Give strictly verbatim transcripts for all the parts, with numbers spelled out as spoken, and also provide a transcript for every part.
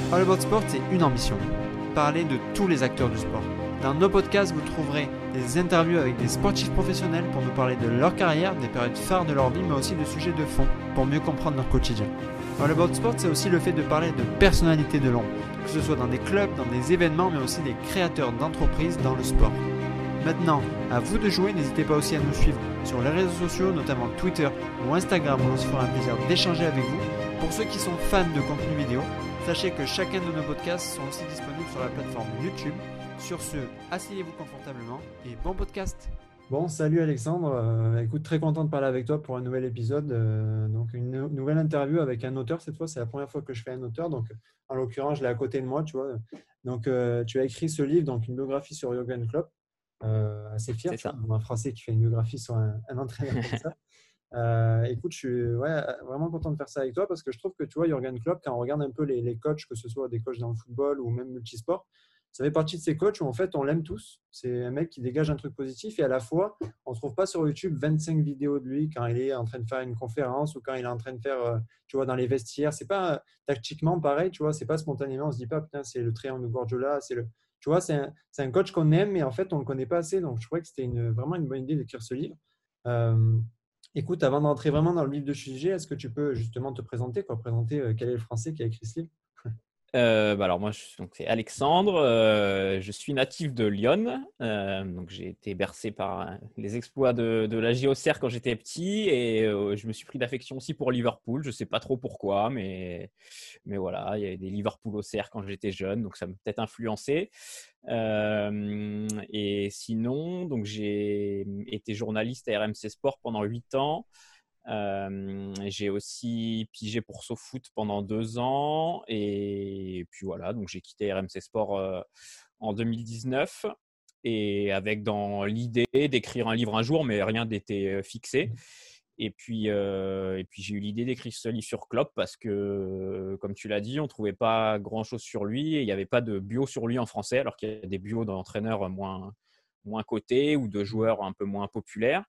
All About Sport, c'est une ambition. Parler de tous les acteurs du sport. Dans nos podcasts, vous trouverez des interviews avec des sportifs professionnels pour nous parler de leur carrière, des périodes phares de leur vie, mais aussi de sujets de fond pour mieux comprendre leur quotidien. All About Sport, c'est aussi le fait de parler de personnalités de l'ombre, que ce soit dans des clubs, dans des événements, mais aussi des créateurs d'entreprises dans le sport. Maintenant, à vous de jouer, n'hésitez pas aussi à nous suivre sur les réseaux sociaux, notamment Twitter ou Instagram, où on se fera un plaisir d'échanger avec vous. Pour ceux qui sont fans de contenu vidéo, sachez que chacun de nos podcasts sont aussi disponibles sur la plateforme YouTube. Sur ce, asseyez-vous confortablement et bon podcast. Bon, salut Alexandre. Euh, écoute, très content de parler avec toi pour un nouvel épisode. Euh, donc, une no- nouvelle interview avec un auteur. Cette fois, c'est la première fois que je fais un auteur. Donc, en l'occurrence, je l'ai à côté de moi, tu vois. Donc, euh, tu as écrit ce livre, donc une biographie sur Jürgen Klopp. Euh, assez fier, C'est tu vois, ça. un Français qui fait une biographie sur un, un entraîneur comme ça. Euh, écoute, je suis ouais, vraiment content de faire ça avec toi parce que je trouve que tu vois, Jürgen Klopp, quand on regarde un peu les, les coachs, que ce soit des coachs dans le football ou même multisport, ça fait partie de ces coachs où en fait on l'aime tous. C'est un mec qui dégage un truc positif et à la fois, on ne trouve pas sur YouTube vingt-cinq vidéos de lui quand il est en train de faire une conférence ou quand il est en train de faire, euh, tu vois, dans les vestiaires. C'est pas euh, tactiquement pareil, tu vois, c'est pas spontanément. On se dit pas, putain, c'est le triangle de Guardiola, c'est le. Tu vois, c'est un, c'est un coach qu'on aime, mais en fait, on ne le connaît pas assez. Donc, je trouvais que c'était une, vraiment une bonne idée d'écrire ce livre. Euh, Écoute, avant d'entrer vraiment dans le vif du sujet, est-ce que tu peux justement te présenter, quoi, présenter euh, quel est le Français qui a écrit ce livre? Euh, bah alors moi, je, donc c'est Alexandre. Euh, je suis natif de Lyon. Euh, donc j'ai été bercé par euh, les exploits de, de la J O C R quand j'étais petit et euh, je me suis pris d'affection aussi pour Liverpool. Je sais pas trop pourquoi, mais mais voilà, il y avait des Liverpool au C R quand j'étais jeune, donc ça m'a peut-être influencé. Euh, et sinon, donc j'ai été journaliste à R M C Sport pendant huit ans. Euh, j'ai aussi pigé pour SoFoot pendant deux ans et puis voilà, donc j'ai quitté R M C Sport euh, en deux mille dix-neuf et avec dans l'idée d'écrire un livre un jour, mais rien n'était fixé. Et puis, euh, et puis j'ai eu l'idée d'écrire ce livre sur Klopp parce que, comme tu l'as dit, on ne trouvait pas grand-chose sur lui et il n'y avait pas de bio sur lui en français, alors qu'il y a des bios d'entraîneurs moins, moins cotés ou de joueurs un peu moins populaires.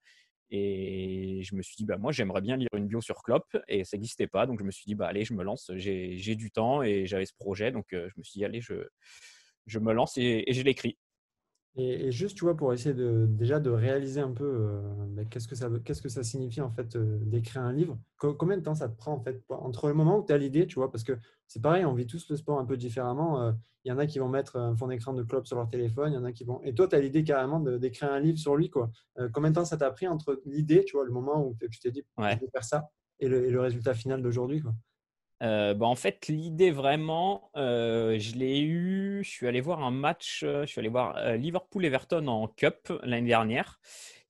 Et je me suis dit, bah, moi, j'aimerais bien lire une bio sur Klopp et ça n'existait pas. Donc, je me suis dit, bah, allez, je me lance. J'ai, j'ai du temps et j'avais ce projet. Donc, euh, je me suis dit, allez, je, je me lance et, et je l'écris. Et, et juste, tu vois, pour essayer de, déjà de réaliser un peu euh, ben, qu'est-ce que ça veut- qu'est-ce que ça signifie en fait euh, d'écrire un livre. Co- combien de temps ça te prend en fait pour- entre le moment où tu as l'idée, tu vois, parce que c'est pareil, on vit tous le sport un peu différemment. Euh, Il y en a qui vont mettre un fond d'écran de club sur leur téléphone, il y en a qui vont. Et toi, tu as l'idée carrément de- d'écrire un livre sur lui, quoi. Euh, combien de temps ça t'a pris entre l'idée, tu vois, le moment où tu t'es dit, je Ouais. vais faire ça, et le, et le résultat final d'aujourd'hui, quoi. Euh, bah, en fait, l'idée vraiment, euh, je l'ai eu. Je suis allé voir un match. euh, Je suis allé voir euh, Liverpool-Everton en Cup l'année dernière.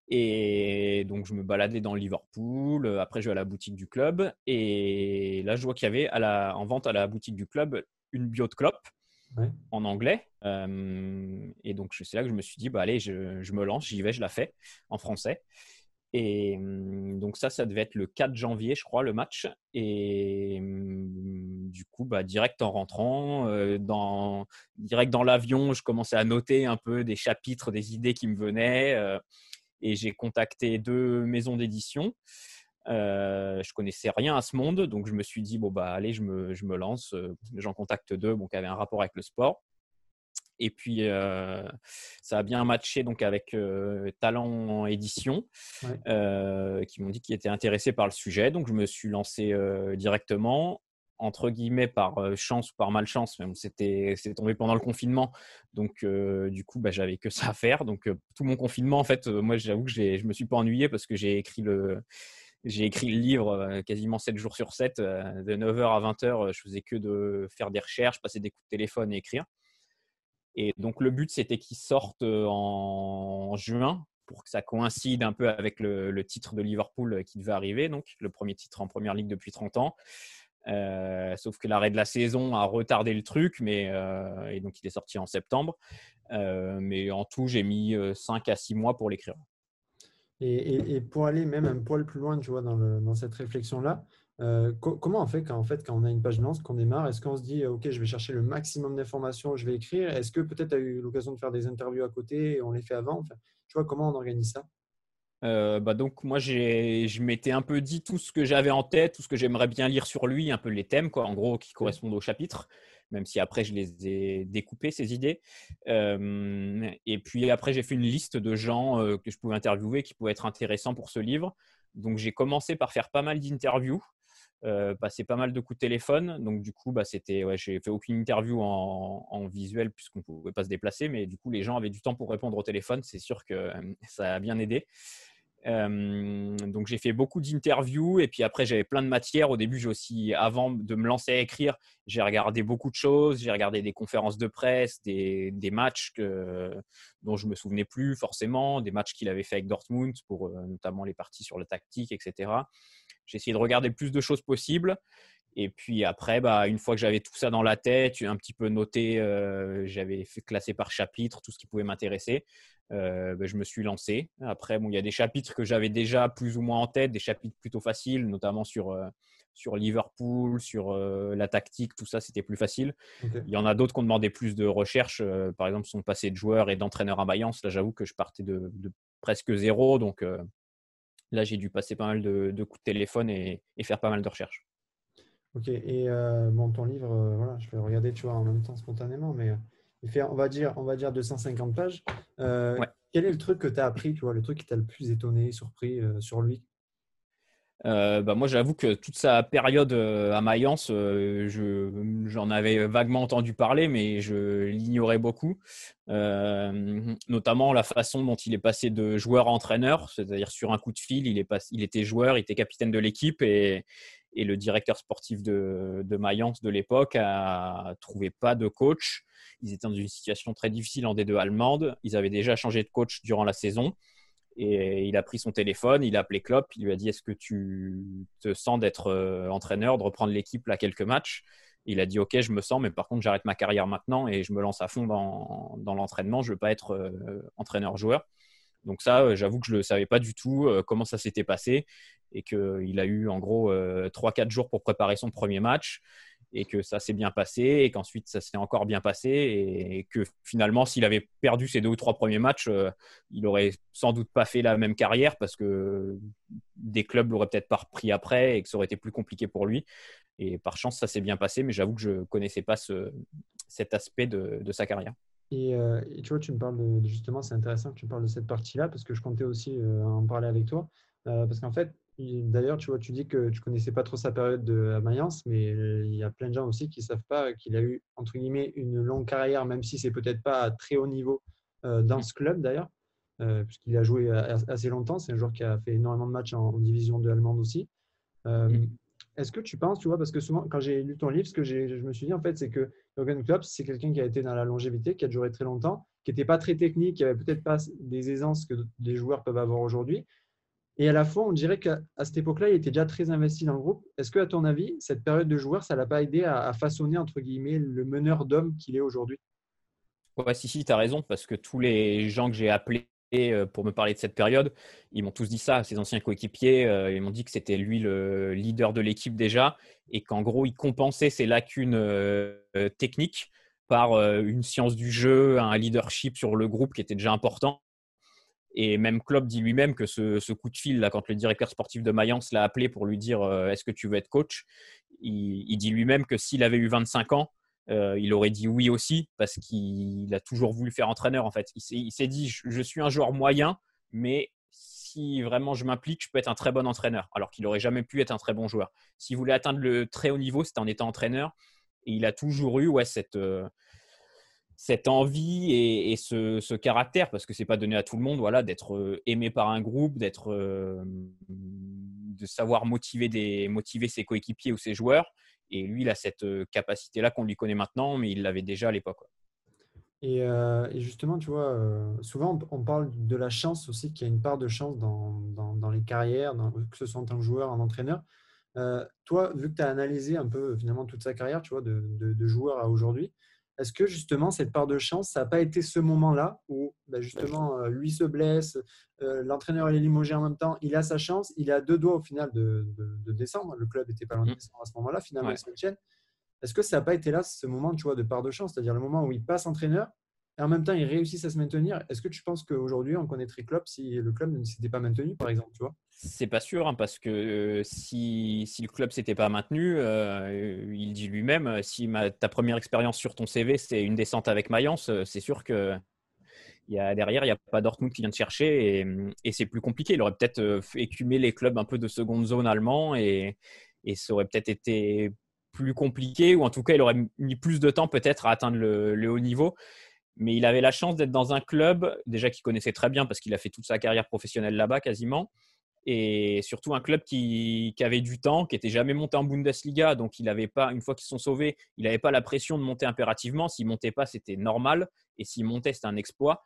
Et donc, je me baladais dans Liverpool. euh, Après, je vais à la boutique du club. Et là, je vois qu'il y avait à la, en vente à la boutique du club une bio de Klopp Ouais. en anglais. Euh, et donc, c'est là que je me suis dit, bah, allez, je, je me lance, j'y vais, je la fais en français. Et hum, donc ça, ça devait être le quatre janvier, je crois, le match. Et hum, du coup, bah, direct en rentrant, euh, dans, direct dans l'avion, je commençais à noter un peu des chapitres, des idées qui me venaient. Euh, et j'ai contacté deux maisons d'édition. Euh, je connaissais rien à ce monde, donc je me suis dit, bon, bah, allez, je me, je me lance. Euh, J'en contacte deux bon, qui avaient un rapport avec le sport. Et puis, euh, ça a bien matché donc, avec euh, Talent Édition, Ouais. euh, qui m'ont dit qu'ils étaient intéressés par le sujet. Donc, je me suis lancé euh, directement, entre guillemets, par euh, chance ou par malchance. Mais bon, c'était, c'est tombé pendant le confinement. Donc, euh, du coup, bah, j'avais que ça à faire. Donc, euh, tout mon confinement, en fait, euh, moi, j'avoue que j'ai, je ne me suis pas ennuyé parce que j'ai écrit le, j'ai écrit le livre euh, quasiment sept jours sur sept. Euh, de neuf heures à vingt heures, je faisais que de faire des recherches, passer des coups de téléphone et écrire. Et donc, le but, c'était qu'il sorte euh, en juin pour que ça coïncide un peu avec le, le titre de Liverpool qui devait arriver, donc le premier titre en première ligue depuis trente ans. Euh, sauf que l'arrêt de la saison a retardé le truc, mais, euh, et donc il est sorti en septembre. Euh, mais en tout, j'ai mis euh, cinq à six mois pour l'écrire. Et, et- et pour aller même un poil plus loin, tu vois, dans, le- dans cette réflexion-là, euh, co- comment on fait quand, en fait quand on a une page blanche, qu'on démarre? Est-ce qu'on se dit, euh, OK, je vais chercher le maximum d'informations, je vais écrire? Est-ce que peut-être tu as eu l'occasion de faire des interviews à côté et on les fait avant? Enfin, tu vois, comment on organise ça? Euh, bah donc moi j'ai, je m'étais un peu dit tout ce que j'avais en tête, tout ce que j'aimerais bien lire sur lui, un peu les thèmes quoi, en gros qui Ok. correspondent au chapitre. même si après, je les ai découpées, ces idées. Euh, et puis après, j'ai fait une liste de gens euh, que je pouvais interviewer qui pouvaient être intéressants pour ce livre. Donc, j'ai commencé par faire pas mal d'interviews. Euh, passer pas mal de coups de téléphone. Donc, du coup, bah, c'était, ouais, j'ai fait aucune interview en, en visuel puisqu'on ne pouvait pas se déplacer. Mais du coup, les gens avaient du temps pour répondre au téléphone. C'est sûr que euh, ça a bien aidé. Euh, donc, j'ai fait beaucoup d'interviews. Et puis après, j'avais plein de matières. Au début, j'ai aussi, avant de me lancer à écrire, j'ai regardé beaucoup de choses. J'ai regardé des conférences de presse, des, des matchs que, dont je ne me souvenais plus forcément, des matchs qu'il avait fait avec Dortmund pour euh, notamment les parties sur la tactique, et cetera. J'ai essayé de regarder le plus de choses possible. Et puis après, bah, une fois que j'avais tout ça dans la tête, un petit peu noté, euh, j'avais fait classer par chapitre tout ce qui pouvait m'intéresser. Euh, bah, je me suis lancé. Après, bon, il y a des chapitres que j'avais déjà plus ou moins en tête, des chapitres plutôt faciles, notamment sur, euh, sur Liverpool, sur euh, la tactique, tout ça, c'était plus facile. Ok. Il y en a d'autres qui ont demandé plus de recherche, euh, par exemple son passé de joueur et d'entraîneur à Mayence. Là, j'avoue que je partais de, de presque zéro, donc euh, là, j'ai dû passer pas mal de, de coups de téléphone et, et faire pas mal de recherches. Ok, et euh, bon, ton livre, euh, voilà, je vais le regarder, tu vois, en même temps spontanément, mais euh, il fait, on va dire, on va dire deux cent cinquante pages. Euh, Ouais. quel est le truc que tu as appris, tu vois, le truc qui t'a le plus étonné, surpris euh, sur lui? Euh, bah, moi, j'avoue que toute sa période euh, à Mayence, euh, je, j'en avais vaguement entendu parler, mais je l'ignorais beaucoup. Euh, notamment la façon dont il est passé de joueur à entraîneur, c'est-à-dire sur un coup de fil, il, est pas, il était joueur, il était capitaine de l'équipe et, et le directeur sportif de, de Mayence de l'époque a trouvé pas de coach. Ils étaient dans une situation très difficile en D deux allemande. Ils avaient déjà changé de coach durant la saison. Et il a pris son téléphone, il a appelé Klopp, il lui a dit: est-ce que tu te sens d'être euh, entraîneur, de reprendre l'équipe là quelques matchs? Il a dit: ok, je me sens, mais par contre, j'arrête ma carrière maintenant et je me lance à fond dans, dans l'entraînement. Je ne veux pas être euh, entraîneur-joueur. Donc ça, euh, j'avoue que je ne le savais pas du tout euh, comment ça s'était passé et qu'il a eu en gros euh, trois quatre jours pour préparer son premier match et que ça s'est bien passé et qu'ensuite ça s'est encore bien passé et que finalement s'il avait perdu ses deux ou trois premiers matchs, euh, il aurait sans doute pas fait la même carrière parce que des clubs l'auraient peut-être pas repris après et que ça aurait été plus compliqué pour lui. Et par chance, ça s'est bien passé, mais j'avoue que je connaissais pas ce, cet aspect de, de sa carrière. Et, euh, et tu vois, tu me parles de, justement, c'est intéressant que tu me parles de cette partie-là parce que je comptais aussi euh, en parler avec toi. Euh, parce qu'en fait, il- d'ailleurs, tu vois, tu dis que tu connaissais pas trop sa période de à Mayence, mais euh, il y a plein de gens aussi qui savent pas qu'il a eu, entre guillemets, une longue carrière, même si c'est peut-être pas à très haut niveau euh, dans ce club d'ailleurs, euh, puisqu'il a joué a- assez longtemps. C'est un joueur qui a fait énormément de matchs en, en division deux allemande aussi. Euh, Est-ce que tu penses, tu vois, parce que souvent, quand j'ai lu ton livre, ce que j'ai- je me suis dit, en fait, c'est que Jürgen Klopp, c'est quelqu'un qui a été dans la longévité, qui a duré très longtemps, qui n'était pas très technique, qui avait peut-être pas des aisances que des joueurs peuvent avoir aujourd'hui. Et à la fois, on dirait qu'à à cette époque-là, il était déjà très investi dans le groupe. Est-ce que, à ton avis, cette période de joueur, ça l'a pas aidé à, à façonner, entre guillemets, le meneur d'homme qu'il est aujourd'hui? Ouais, si, si, tu as raison, parce que tous les gens que j'ai appelés euh, pour me parler de cette période, ils m'ont tous dit ça, ses anciens coéquipiers, euh, ils m'ont dit que c'était lui le leader de l'équipe déjà, et qu'en gros, il compensait ses lacunes euh, euh, techniques par euh, une science du jeu, un leadership sur le groupe qui était déjà important. Et même Klopp dit lui-même que ce, ce coup de fil, là, quand le directeur sportif de Mayence l'a appelé pour lui dire euh, est-ce que tu veux être coach, il, il dit lui-même que s'il avait eu vingt-cinq ans, euh, il aurait dit oui aussi parce qu'il a toujours voulu faire entraîneur en fait. Il s'est, il s'est dit je, je suis un joueur moyen, mais si vraiment je m'implique, je peux être un très bon entraîneur. Alors qu'il n'aurait jamais pu être un très bon joueur. S'il voulait atteindre le très haut niveau, c'était en étant entraîneur. Et il a toujours eu ouais, cette, euh, cette envie et, et ce, ce, caractère, parce que c'est pas donné à tout le monde, voilà, d'être euh, aimé par un groupe, d'être, euh, de savoir motiver, des, motiver ses coéquipiers ou ses joueurs. Et lui, il a cette euh, capacité-là qu'on lui connaît maintenant, mais il l'avait déjà à l'époque. Et, euh, et justement, tu vois, euh, souvent on on parle de la chance aussi, qu'il y a une part de chance dans, dans, dans les carrières, dans- que ce soit en tant que joueur, en entraîneur. Euh, toi, vu que tu as analysé un peu finalement toute sa carrière, tu vois, de, de, de joueur à aujourd'hui, est-ce que justement cette part de chance, ça n'a pas été ce moment-là où bah, justement euh, lui se blesse, euh, l'entraîneur il est limogé en même temps, il a sa chance, il est à deux doigts au final de, de, de descendre. Le club était pas loin de Mmh. descendre à ce moment-là, finalement Ouais. il se maintient. Est-ce que ça n'a pas été là ce moment, tu vois, de part de chance, c'est-à-dire le moment où il passe entraîneur et en même temps il réussit à se maintenir? Est-ce que tu penses qu'aujourd'hui on connaîtrait Klopp si le club ne s'était pas maintenu, par exemple, tu vois? C'est pas sûr, hein, parce que euh, si, si le club s'était pas maintenu, euh, il dit lui-même, euh, si ma- ta première expérience sur ton C V, c'est une descente avec Mayence, euh, c'est sûr que il y a, derrière, il n'y a pas Dortmund qui vient te chercher et, et c'est plus compliqué. Il aurait peut-être euh, fait écumer les clubs un peu de seconde zone allemand et, et ça aurait peut-être été plus compliqué, ou en tout cas, il aurait mis plus de temps peut-être à atteindre le, le haut niveau. Mais il avait la chance d'être dans un club déjà qu'il connaissait très bien parce qu'il a fait toute sa carrière professionnelle là-bas quasiment, et surtout un club qui, qui avait du temps, qui n'était jamais monté en Bundesliga. Donc, il avait pas, une fois qu'ils se sont sauvés, il n'avait pas la pression de monter impérativement. S'il ne montait pas, c'était normal. Et s'il montait, c'était un exploit.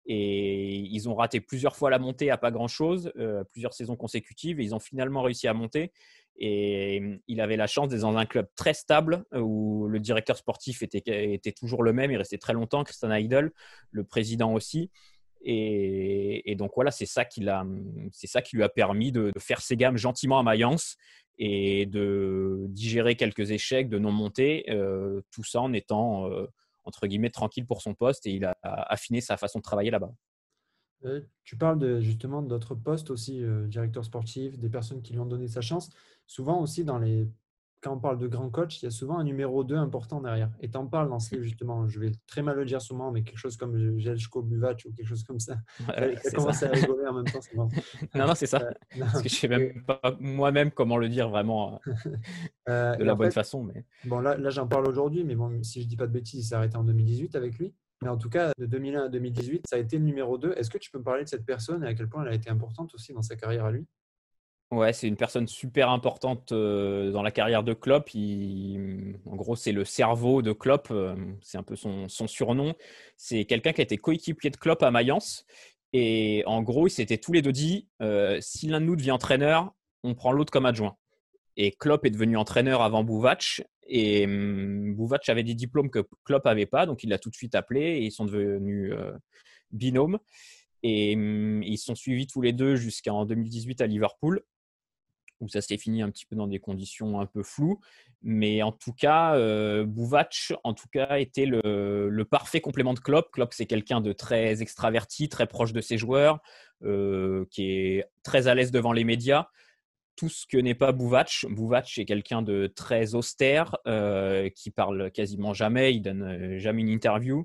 Et ils ont raté plusieurs fois la montée à pas grand-chose, euh, plusieurs saisons consécutives. Et ils ont finalement réussi à monter. Et il avait la chance d'être dans un club très stable où le directeur sportif était, était toujours le même. Il restait très longtemps, Christian Heidel, le président aussi. Et, et donc voilà, c'est ça, qui l'a, c'est ça qui lui a permis de, de faire ses gammes gentiment à Mayence et de digérer quelques échecs, de non montée, euh, tout ça en étant euh, entre guillemets tranquille pour son poste, et il a affiné sa façon de travailler là-bas. Euh, tu parles de, justement d'autres postes aussi, euh, directeur sportif, des personnes qui lui ont donné sa chance. Souvent aussi, dans les... quand on parle de grand coach, il y a souvent un numéro deux important derrière. Et tu en parles dans ce livre, justement. Je vais très mal le dire souvent, mais quelque chose comme Jelko Buvac ou quelque chose comme ça. Tu Ouais, as c'est ça. commencé à rigoler en même temps, c'est marrant. Non, non, c'est ça. Euh, non. Parce que je sais Et, même pas moi-même comment le dire vraiment euh, euh, de et la en bonne fait, façon. Mais bon, là, là j'en parle aujourd'hui, mais bon, si je dis pas de bêtises, il s'est arrêté en deux mille dix-huit avec lui. Mais en tout cas, de deux mille un à deux mille dix-huit, ça a été le numéro deux. Est-ce que tu peux me parler de cette personne et à quel point elle a été importante aussi dans sa carrière à lui? ouais, c'est une personne super importante euh, dans la carrière de Klopp. Il- en gros, c'est le cerveau de Klopp. euh, c'est un peu son, son surnom. C'est quelqu'un qui a été coéquipier de Klopp à Mayence. Et en gros, ils s'étaient tous les deux dit, euh, si l'un de nous devient entraîneur, on prend l'autre comme adjoint. Et Klopp est devenu entraîneur avant Buvac. Et hum, Buvac avait des diplômes que Klopp n'avait pas. Donc, il l'a tout de suite appelé et ils sont devenus euh, binômes. Et hum, ils se sont suivis tous les deux jusqu'en deux mille dix-huit à Liverpool, où ça s'est fini un petit peu dans des conditions un peu floues. Mais en tout cas, euh, Buvac, en tout cas, était le, le parfait complément de Klopp. Klopp, c'est quelqu'un de très extraverti, très proche de ses joueurs, euh, qui est très à l'aise devant les médias. Tout ce que n'est pas Buvac. Buvac est quelqu'un de très austère, euh, qui parle quasiment jamais, il donne euh, jamais une interview,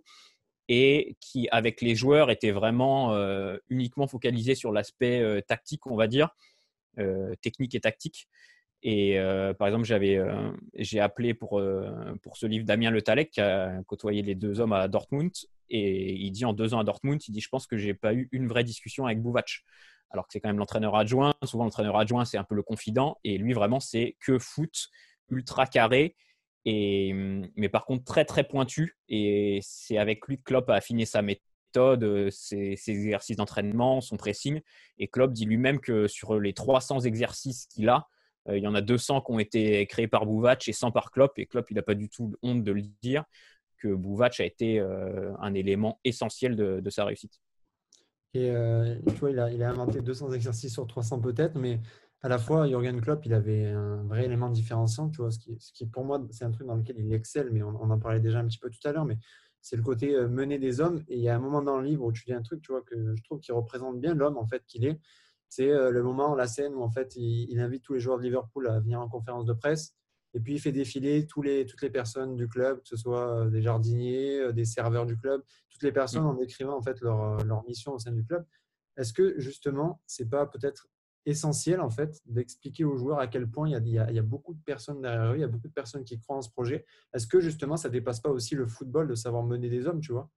et qui, avec les joueurs, était vraiment euh, uniquement focalisé sur l'aspect euh, tactique, on va dire, euh, technique et tactique. Et euh, par exemple, j'avais, euh, j'ai appelé pour, euh, pour ce livre Damien Le Tallec, qui a côtoyé les deux hommes à Dortmund. Et il dit en deux ans à Dortmund, il dit je pense que j'ai pas eu une vraie discussion avec Buvac. Alors que c'est quand même l'entraîneur adjoint. Souvent, l'entraîneur adjoint, c'est un peu le confident. Et lui, vraiment, c'est que foot, ultra carré. Et, mais par contre, très, très pointu. Et c'est avec lui que Klopp a affiné sa méthode, ses, ses exercices d'entraînement, son pressing. Et Klopp dit lui-même que sur les trois cents exercices qu'il a, euh, il y en a deux cents qui ont été créés par Buvac et cent par Klopp. Et Klopp, il n'a pas du tout honte de le dire, que Buvac a été euh, un élément essentiel de, de sa réussite. Et euh, tu vois, il a, il a inventé deux cents exercices sur trois cents peut-être, mais à la fois, Jürgen Klopp, il avait un vrai élément différenciant, tu vois, ce qui, ce qui pour moi, c'est un truc dans lequel il excelle, mais on, on en parlait déjà un petit peu tout à l'heure, mais c'est le côté euh, mener des hommes. Et il y a un moment dans le livre où tu dis un truc, tu vois, que je trouve qui représente bien l'homme, en fait, qu'il est. C'est euh, le moment, la scène où, en fait, il, il invite tous les joueurs de Liverpool à venir en conférence de presse. Et puis, il fait défiler tous les, toutes les personnes du club, que ce soit euh, des jardiniers, euh, des serveurs du club, toutes les Mm. personnes en décrivant en fait leur, euh, leur mission au sein du club. Est-ce que justement, c'est pas peut-être essentiel en fait d'expliquer aux joueurs à quel point il y, a, il, y a, il y a beaucoup de personnes derrière eux, il y a beaucoup de personnes qui croient en ce projet. Est-ce que justement, ça dépasse pas aussi le football de savoir mener des hommes, tu vois?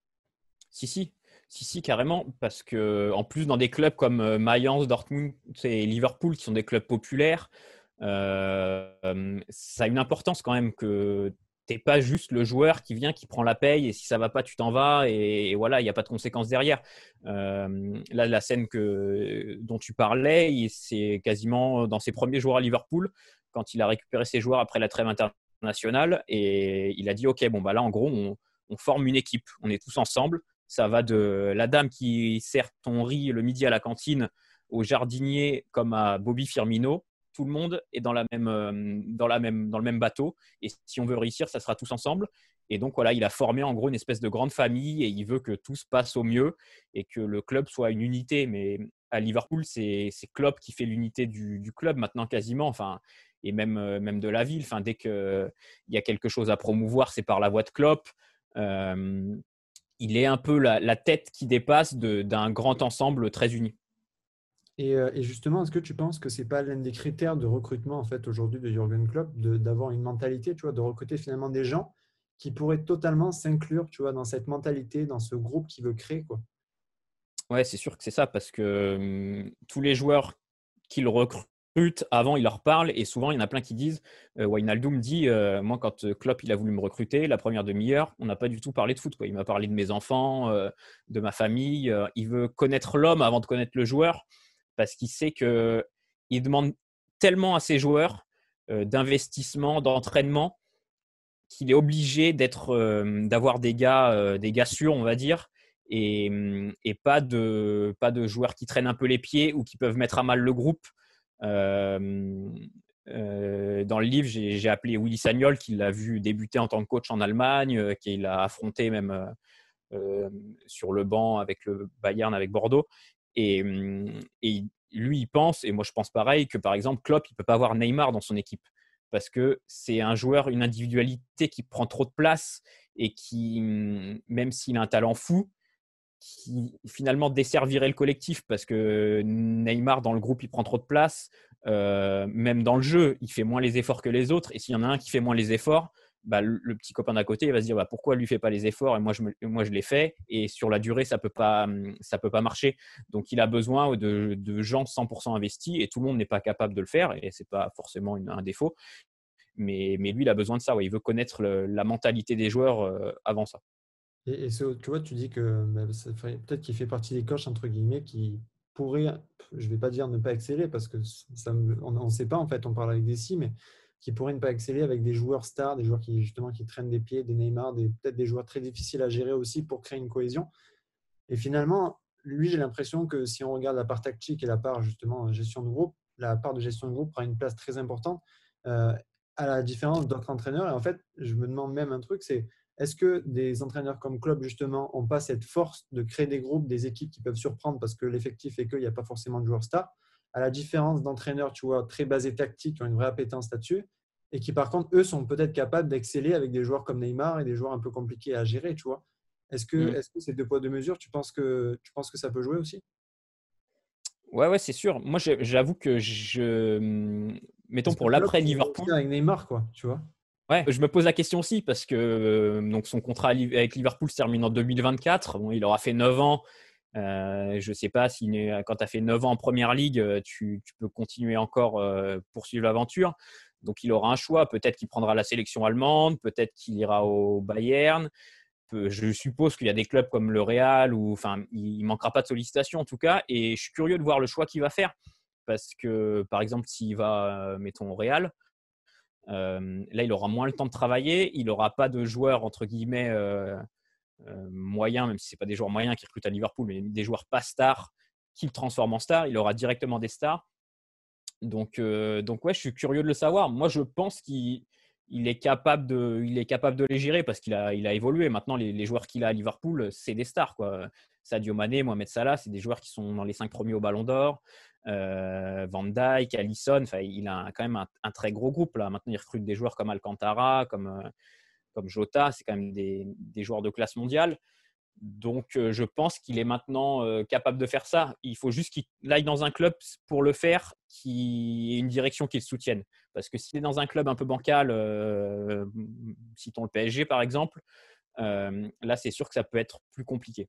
Si, si, si, si, carrément, parce que en plus dans des clubs comme euh, Mayence, Dortmund et Liverpool, qui sont des clubs populaires, euh, euh, ça a une importance quand même que t'es pas juste le joueur qui vient, qui prend la paye, et si ça va pas, tu t'en vas, et, et voilà, il n'y a pas de conséquences derrière. Euh, là, la scène que, dont tu parlais, c'est quasiment dans ses premiers jours à Liverpool, quand il a récupéré ses joueurs après la trêve internationale, et il a dit, OK, bon, bah là, en gros, on, on forme une équipe, on est tous ensemble. Ça va de la dame qui sert ton riz le midi à la cantine au jardinier comme à Bobby Firmino. Tout le monde est dans, la même, euh, dans, la même, dans le même bateau. Et si on veut réussir, ça sera tous ensemble. Et donc, voilà, il a formé en gros une espèce de grande famille et il veut que tout se passe au mieux et que le club soit une unité. Mais à Liverpool, c'est, c'est Klopp qui fait l'unité du, du club maintenant quasiment, enfin, et même, euh, même de la ville. Enfin, dès qu'il y a quelque chose à promouvoir, c'est par la voix de Klopp. Euh, il est un peu la, la tête qui dépasse de, d'un grand ensemble très uni. Et, euh, et justement, est-ce que tu penses que c'est pas l'un des critères de recrutement en fait aujourd'hui de Jürgen Klopp de- d'avoir une mentalité, tu vois, de recruter finalement des gens qui pourraient totalement s'inclure, tu vois, dans cette mentalité, dans ce groupe qu'il veut créer, quoi. Ouais, c'est sûr que c'est ça, parce que hum, tous les joueurs qu'il recrute, avant, il leur parle, et souvent, il y en a plein qui disent, euh, Wijnaldum dit, euh, moi, quand euh, Klopp il a voulu me recruter, la première demi-heure, on n'a pas du tout parlé de foot, quoi. Il m'a parlé de mes enfants, euh, de ma famille. Euh, il veut connaître l'homme avant de connaître le joueur, parce qu'il sait qu'il demande tellement à ses joueurs euh, d'investissement, d'entraînement, qu'il est obligé d'être, euh, d'avoir des gars, euh, des gars sûrs, on va dire, et, et pas, de, pas de joueurs qui traînent un peu les pieds ou qui peuvent mettre à mal le groupe. Euh, euh, dans le livre, j'ai, j'ai appelé Willy Sagnol, qui l'a vu débuter en tant que coach en Allemagne, euh, qu'il a affronté même euh, euh, sur le banc avec le Bayern, avec Bordeaux. Et, et lui, il pense, et moi je pense pareil, que par exemple, Klopp, il ne peut pas avoir Neymar dans son équipe parce que c'est un joueur, une individualité qui prend trop de place et qui, même s'il a un talent fou, qui finalement desservirait le collectif parce que Neymar, dans le groupe, il prend trop de place. Euh, même dans le jeu, il fait moins les efforts que les autres. Et s'il y en a un qui fait moins les efforts, bah, le, le petit copain d'à côté il va se dire bah, pourquoi lui ne fait pas les efforts et moi je, me, moi je les fais. Et sur la durée, ça ne peut, pas, ça peut pas marcher. Donc il a besoin de, de gens cent pour cent investis et tout le monde n'est pas capable de le faire. Et ce n'est pas forcément une, un défaut. Mais, mais lui, il a besoin de ça. Ouais. Il veut connaître le, la mentalité des joueurs euh, avant ça. Et, et ce- tu vois, tu dis que bah, ça ferait- peut-être qu'il fait partie des coachs, entre guillemets, qui pourraient, je vais pas dire ne pas exceller, parce que ça me- on ne sait pas, en fait, on parle avec des si, mais qui pourraient ne pas exceller avec des joueurs stars, des joueurs qui, justement, qui traînent des pieds, des Neymar, des, peut-être des joueurs très difficiles à gérer aussi pour créer une cohésion. Et finalement, lui, j'ai l'impression que si on regarde la part tactique et la part, justement, gestion de groupe, la part de gestion de groupe prend une place très importante, euh, à la différence d'autres entraîneurs. Et en fait, je me demande même un truc, c'est est-ce que des entraîneurs comme Klopp, justement, n'ont pas cette force de créer des groupes, des équipes qui peuvent surprendre parce que l'effectif est qu'il n'y a pas forcément de joueurs stars, à la différence d'entraîneurs, tu vois, très basés tactiques, qui ont une vraie appétence là-dessus, et qui, par contre, eux, sont peut-être capables d'exceller avec des joueurs comme Neymar et des joueurs un peu compliqués à gérer, tu vois. Est-ce que, Mm. est-ce que ces deux poids, deux mesures, tu penses que, tu penses que ça peut jouer aussi? Ouais, ouais, c'est sûr. Moi, j'ai- j'avoue que je. Mettons Est-ce que pour Klopp l'après pourrait réussir Liverpool. avec Neymar, quoi, tu vois? Ouais, je me pose la question aussi parce que euh, donc son contrat avec Liverpool se termine en deux mille vingt-quatre. Bon, il aura fait neuf ans. Euh, je ne sais pas si quand tu as fait neuf ans en première ligue, euh, tu, tu peux continuer encore euh, poursuivre l'aventure. Donc il aura un choix. Peut-être qu'il prendra la sélection allemande, peut-être qu'il ira au Bayern. Je suppose qu'il y a des clubs comme le Real, ou enfin, il ne manquera pas de sollicitations en tout cas. Et je suis curieux de voir le choix qu'il va faire. Parce que, par exemple, s'il va, euh, mettons, au Real, euh, là, il aura moins le temps de travailler. Il n'aura pas de joueurs, entre guillemets, euh, euh, moyens, même si ce n'est pas des joueurs moyens qui recrutent à Liverpool, mais des joueurs pas stars qu'il transforme en stars. Il aura directement des stars. Donc, euh, donc ouais, je suis curieux de le savoir. Moi, je pense qu'il il est, capable de, il est capable de les gérer parce qu'il a, il a évolué. Maintenant, les, les joueurs qu'il a à Liverpool, c'est des stars, quoi. Sadio Mané, Mohamed Salah, c'est des joueurs qui sont dans les cinq premiers au Ballon d'Or. Euh, Van Dijk, Alisson, il a quand même un, un, très gros groupe. Là. Maintenant, il recrute des joueurs comme Alcantara, comme, euh, comme Jota. C'est quand même des, des joueurs de classe mondiale. Donc, euh, je pense qu'il est maintenant euh, capable de faire ça. Il faut juste qu'il aille dans un club pour le faire, qui ait une direction qui le soutienne. Parce que s'il est dans un club un peu bancal, euh, citons le P S G par exemple, euh, là, c'est sûr que ça peut être plus compliqué.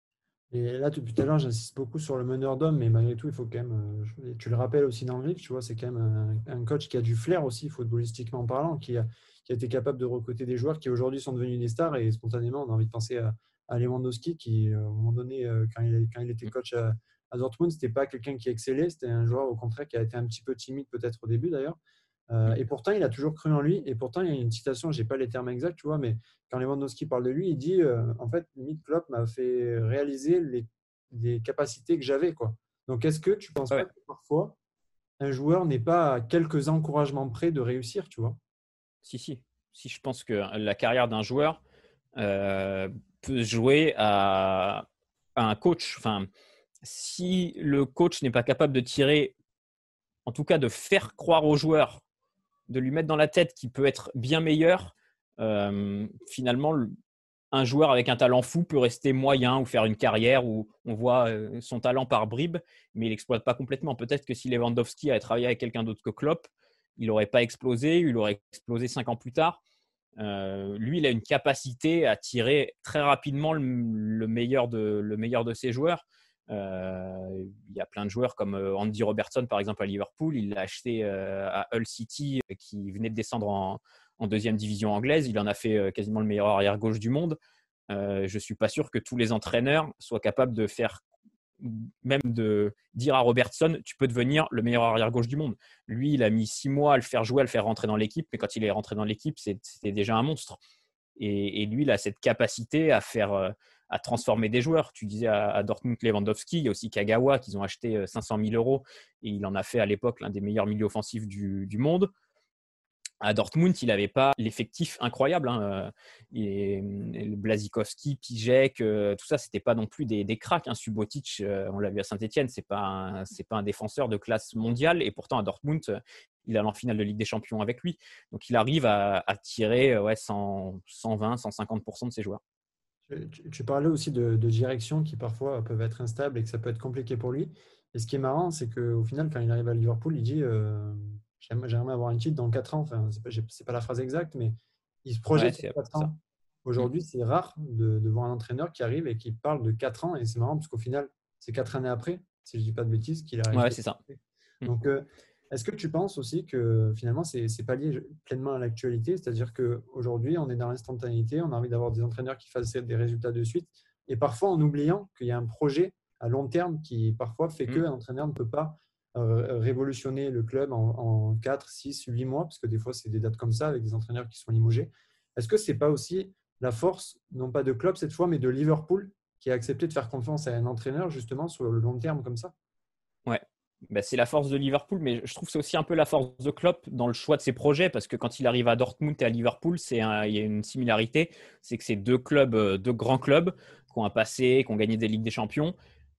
Et là, depuis tout à l'heure, j'insiste beaucoup sur le meneur d'hommes, mais malgré tout, il faut quand même, euh, tu le rappelles aussi dans le livre, tu vois, c'est quand même un, un coach qui a du flair aussi, footballistiquement parlant, qui a, qui a été capable de recruter des joueurs qui aujourd'hui sont devenus des stars. Et spontanément, on a envie de penser à, à Lewandowski, qui, euh, à un moment donné, euh, quand il, quand il était coach à, à Dortmund, c'était pas quelqu'un qui excellait, c'était un joueur au contraire qui a été un petit peu timide, peut-être au début d'ailleurs. Euh, et pourtant, il a toujours cru en lui. Et pourtant, il y a une citation, je n'ai pas les termes exacts, tu vois, mais quand Lewandowski parle de lui, il dit euh, en fait, limite, Klopp m'a fait réaliser les, les capacités que j'avais, quoi. Donc, est-ce que tu ne penses pas Ouais, que parfois, un joueur n'est pas à quelques encouragements près de réussir, tu vois? si, si. Si je pense que la carrière d'un joueur euh, peut se jouer à, à un coach. Enfin, si le coach n'est pas capable de tirer, en tout cas de faire croire aux joueurs, de lui mettre dans la tête qu'il peut être bien meilleur, euh, finalement, un joueur avec un talent fou peut rester moyen ou faire une carrière où on voit son talent par bribes, mais il n'exploite pas complètement. Peut-être que si Lewandowski avait travaillé avec quelqu'un d'autre que Klopp, il n'aurait pas explosé, il aurait explosé cinq ans plus tard. Euh, lui, il a une capacité à tirer très rapidement le, le, meilleur, de, le meilleur de ses joueurs. Euh, il y a plein de joueurs comme Andy Robertson, par exemple, à Liverpool. Il l'a acheté euh, à Hull City, qui venait de descendre en, en deuxième division anglaise. Il en a fait euh, quasiment le meilleur arrière-gauche du monde. Euh, je ne suis pas sûr que tous les entraîneurs soient capables de faire, même de dire à Robertson, tu peux devenir le meilleur arrière-gauche du monde. Lui, il a mis six mois à le faire jouer, à le faire rentrer dans l'équipe, mais quand il est rentré dans l'équipe, c'était déjà un monstre. Et, et lui, il a cette capacité à faire, à transformer des joueurs. Tu disais à, à Dortmund Lewandowski, il y a aussi Kagawa qu'ils ont acheté cinq cent mille euros et il en a fait à l'époque l'un des meilleurs milieux offensifs du, du monde. À Dortmund, il n'avait pas l'effectif incroyable. Hein. Et, et Błaszczykowski, Piszczek, euh, tout ça, c'était pas non plus des, des cracks. Hein. Subotic, euh, on l'a vu à Saint-Etienne, c'est pas un, c'est pas un défenseur de classe mondiale. Et pourtant, à Dortmund, il a en finale de Ligue des Champions avec lui. Donc, il arrive à, à tirer ouais, cent, cent vingt, cent cinquante pour cent de ses joueurs. Tu, tu parlais aussi de, de direction qui parfois peuvent être instables et que ça peut être compliqué pour lui. Et ce qui est marrant, c'est qu'au final, quand il arrive à Liverpool, il dit euh, j'aimerais avoir un titre dans quatre ans. Enfin, ce n'est pas, pas la phrase exacte, mais il se projette ouais, sur quatre ans. Aujourd'hui, c'est rare de, de voir un entraîneur qui arrive et qui parle de quatre ans. Et c'est marrant parce qu'au final, c'est quatre années après, si je ne dis pas de bêtises, qu'il arrive. Ouais, c'est ça. Donc, euh, est-ce que tu penses aussi que finalement, ce n'est pas lié pleinement à l'actualité? C'est-à-dire qu'aujourd'hui, on est dans l'instantanéité, on a envie d'avoir des entraîneurs qui fassent des résultats de suite. Et parfois, en oubliant qu'il y a un projet à long terme qui, parfois, fait qu'un entraîneur ne peut pas euh, révolutionner le club en, en quatre, six, huit mois, parce que des fois, c'est des dates comme ça avec des entraîneurs qui sont limogés. Est-ce que ce n'est pas aussi la force, non pas de Klopp cette fois, mais de Liverpool, qui a accepté de faire confiance à un entraîneur, justement, sur le long terme comme ça? Ouais. Ben, c'est la force de Liverpool, mais je trouve que c'est aussi un peu la force de Klopp dans le choix de ses projets, parce que quand il arrive à Dortmund et à Liverpool, c'est un, il y a une similarité, c'est que c'est deux clubs, deux grands clubs qui ont un passé, qui ont gagné des Ligues des Champions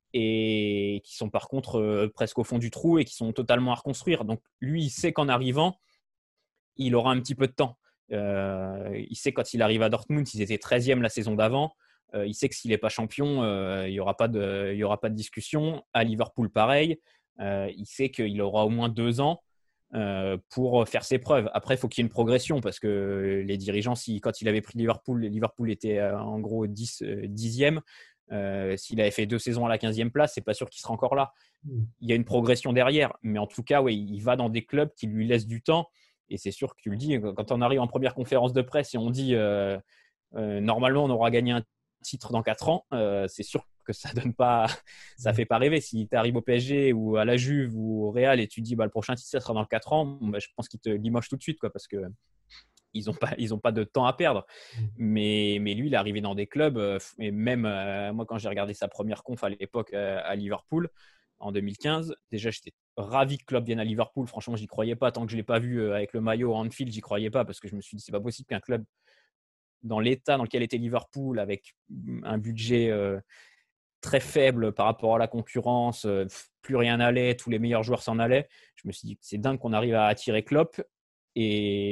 et qui sont par contre euh, presque au fond du trou et qui sont totalement à reconstruire. Donc lui, il sait qu'en arrivant, il aura un petit peu de temps. Euh, il sait quand il arrive à Dortmund, ils étaient treizième la saison d'avant. Euh, il sait que s'il n'est pas champion, euh, il n'y aura pas de, il y aura pas de discussion. À Liverpool, pareil. Euh, il sait qu'il aura au moins deux ans euh, pour faire ses preuves. Après, il faut qu'il y ait une progression parce que les dirigeants, si, quand il avait pris Liverpool, Liverpool était euh, en gros dix, euh, dixième. Euh, s'il avait fait deux saisons à la quinzième place, c'est pas sûr qu'il sera encore là. Il y a une progression derrière, mais en tout cas, ouais, il va dans des clubs qui lui laissent du temps. Et c'est sûr que tu le dis, quand on arrive en première conférence de presse et on dit euh, euh, normalement on aura gagné un titre dans quatre ans, euh, c'est sûr que ça donne pas, ça fait pas rêver. Si tu arrives au P S G ou à la Juve ou au Real et tu dis bah, le prochain titre ça sera dans quatre ans, bon, bah, je pense qu'ils te limogent tout de suite quoi, parce que ils n'ont pas, ils ont pas de temps à perdre. Mais, mais lui, il est arrivé dans des clubs, euh, et même euh, moi quand j'ai regardé sa première conf à l'époque euh, à Liverpool en deux mille quinze, déjà j'étais ravi que Klopp vienne à Liverpool. Franchement, j'y croyais pas tant que je l'ai pas vu euh, avec le maillot à Anfield, j'y croyais pas parce que je me suis dit c'est pas possible qu'un club dans l'état dans lequel était Liverpool, avec un budget euh, très faible par rapport à la concurrence, euh, plus rien n'allait, tous les meilleurs joueurs s'en allaient. Je me suis dit c'est dingue qu'on arrive à attirer Klopp. Et,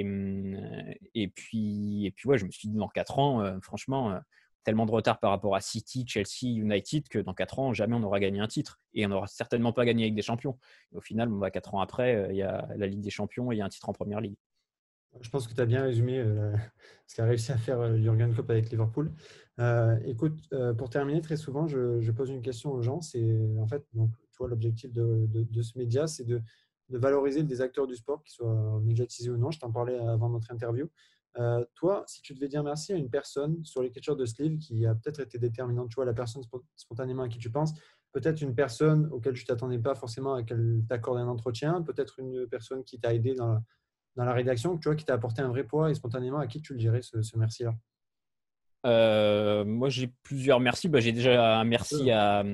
et puis, et puis ouais, je me suis dit dans quatre ans, euh, franchement, euh, tellement de retard par rapport à City, Chelsea, United que dans quatre ans, jamais on n'aura gagné un titre. Et on n'aura certainement pas gagné avec des champions. Et au final, bon, bah, quatre ans après, euh, il y a la Ligue des Champions et il y a un titre en Première Ligue. Je pense que tu as bien résumé euh, ce qu'a réussi à faire euh, Jürgen Klopp avec Liverpool. Euh, écoute, euh, pour terminer, très souvent, je, je pose une question aux gens. C'est en fait, donc, tu vois, l'objectif de, de, de ce média, c'est de, de valoriser des acteurs du sport, qu'ils soient médiatisés ou non. Je t'en parlais avant notre interview. Euh, toi, si tu devais dire merci à une personne sur l'écriture de ce livre qui a peut-être été déterminante, tu vois, la personne spontanément à qui tu penses, peut-être une personne auquel tu ne t'attendais pas forcément à qu'elle t'accorde un entretien, peut-être une personne qui t'a aidé dans la dans la rédaction, tu vois, qui t'a apporté un vrai poids et spontanément, à qui tu le dirais, ce, ce merci-là? euh, Moi, j'ai plusieurs merci. Bah, j'ai déjà un merci à,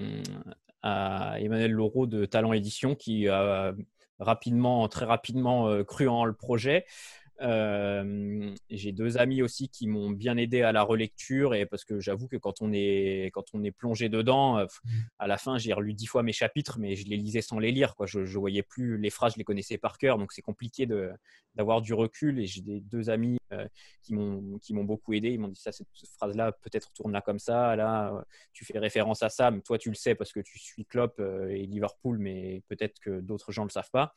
à Emmanuel Laureau de Talent Édition qui a rapidement, très rapidement cru en le projet. Euh, j'ai deux amis aussi qui m'ont bien aidé à la relecture, et parce que j'avoue que quand on est, quand on est plongé dedans, euh, à la fin, j'ai relu dix fois mes chapitres, mais je les lisais sans les lire, quoi. Je ne voyais plus les phrases, je les connaissais par cœur, donc c'est compliqué de, d'avoir du recul. Et j'ai des, deux amis euh, qui, m'ont, qui m'ont beaucoup aidé. Ils m'ont dit ça, cette phrase-là, peut-être tourne-la comme ça. Là, euh, tu fais référence à ça, mais toi, tu le sais parce que tu suis Klopp euh, et Liverpool, mais peut-être que d'autres gens ne le savent pas.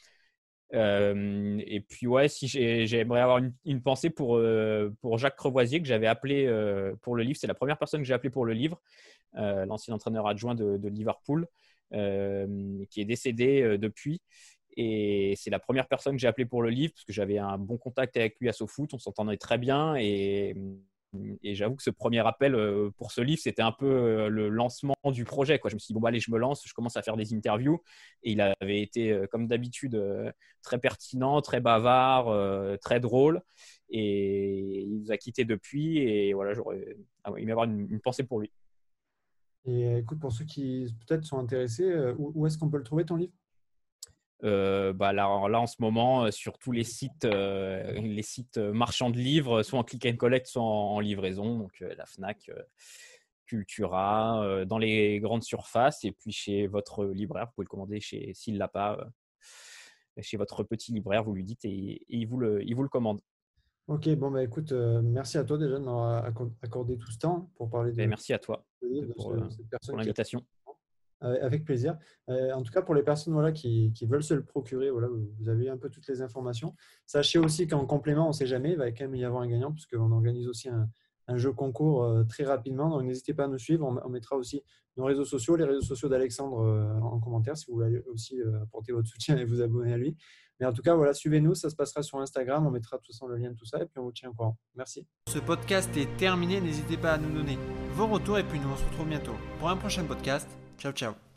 Euh, et puis ouais, si j'ai, j'aimerais avoir une, une pensée pour, euh, pour Jacques Crevoisier, que j'avais appelé euh, pour le livre. C'est la première personne que j'ai appelée pour le livre, euh, l'ancien entraîneur adjoint de, de Liverpool, euh, qui est décédé euh, depuis. Et c'est la première personne que j'ai appelée pour le livre parce que j'avais un bon contact avec lui à SoFoot, on s'entendait très bien. Et, et j'avoue que ce premier appel euh, pour ce livre, c'était un peu euh, le lancement du projet, quoi. Je me suis dit, bon, bah, allez, je me lance, je commence à faire des interviews. Et il avait été, euh, comme d'habitude, euh, très pertinent, très bavard, euh, très drôle. Et il nous a quittés depuis. Et voilà, j'aurais ah ouais, il va y avoir une, une pensée pour lui. Et euh, écoute, pour ceux qui peut-être sont intéressés, euh, où, où est-ce qu'on peut le trouver ton livre? Euh, bah là, là, en ce moment, euh, sur tous les sites, euh, les sites marchands de livres, soit en click and collect, soit en, en livraison. Donc, euh, la Fnac, euh, Cultura, euh, dans les grandes surfaces. Et puis, chez votre libraire, vous pouvez le commander chez, s'il ne l'a pas, euh, chez votre petit libraire, vous lui dites et, et il, vous le, il vous le commande. Ok, bon, bah écoute, euh, merci à toi déjà de m'avoir acco- accordé tout ce temps pour parler Et de, merci à toi de, de, de pour, ce- euh, cette pour personne qui a... l'invitation. Avec avec plaisir. Euh, en tout cas, pour les personnes voilà, qui, qui veulent se le procurer, voilà, vous vous avez un peu toutes les informations. Sachez aussi qu'en complément, on ne sait jamais, il va quand même y avoir un gagnant, puisqu'on organise aussi un, un jeu concours euh, très rapidement. Donc, n'hésitez pas à nous suivre. On, on mettra aussi nos réseaux sociaux, les réseaux sociaux d'Alexandre euh, en commentaire, si vous voulez aussi euh, apporter votre soutien et vous abonner à lui. Mais en tout cas, voilà, suivez-nous. Ça se passera sur Instagram. On mettra de toute façon le lien de tout ça et puis on vous tient au courant. Merci. Ce podcast est terminé. N'hésitez pas à nous donner vos retours et puis nous on se retrouve bientôt pour un prochain podcast. Ciao, ciao.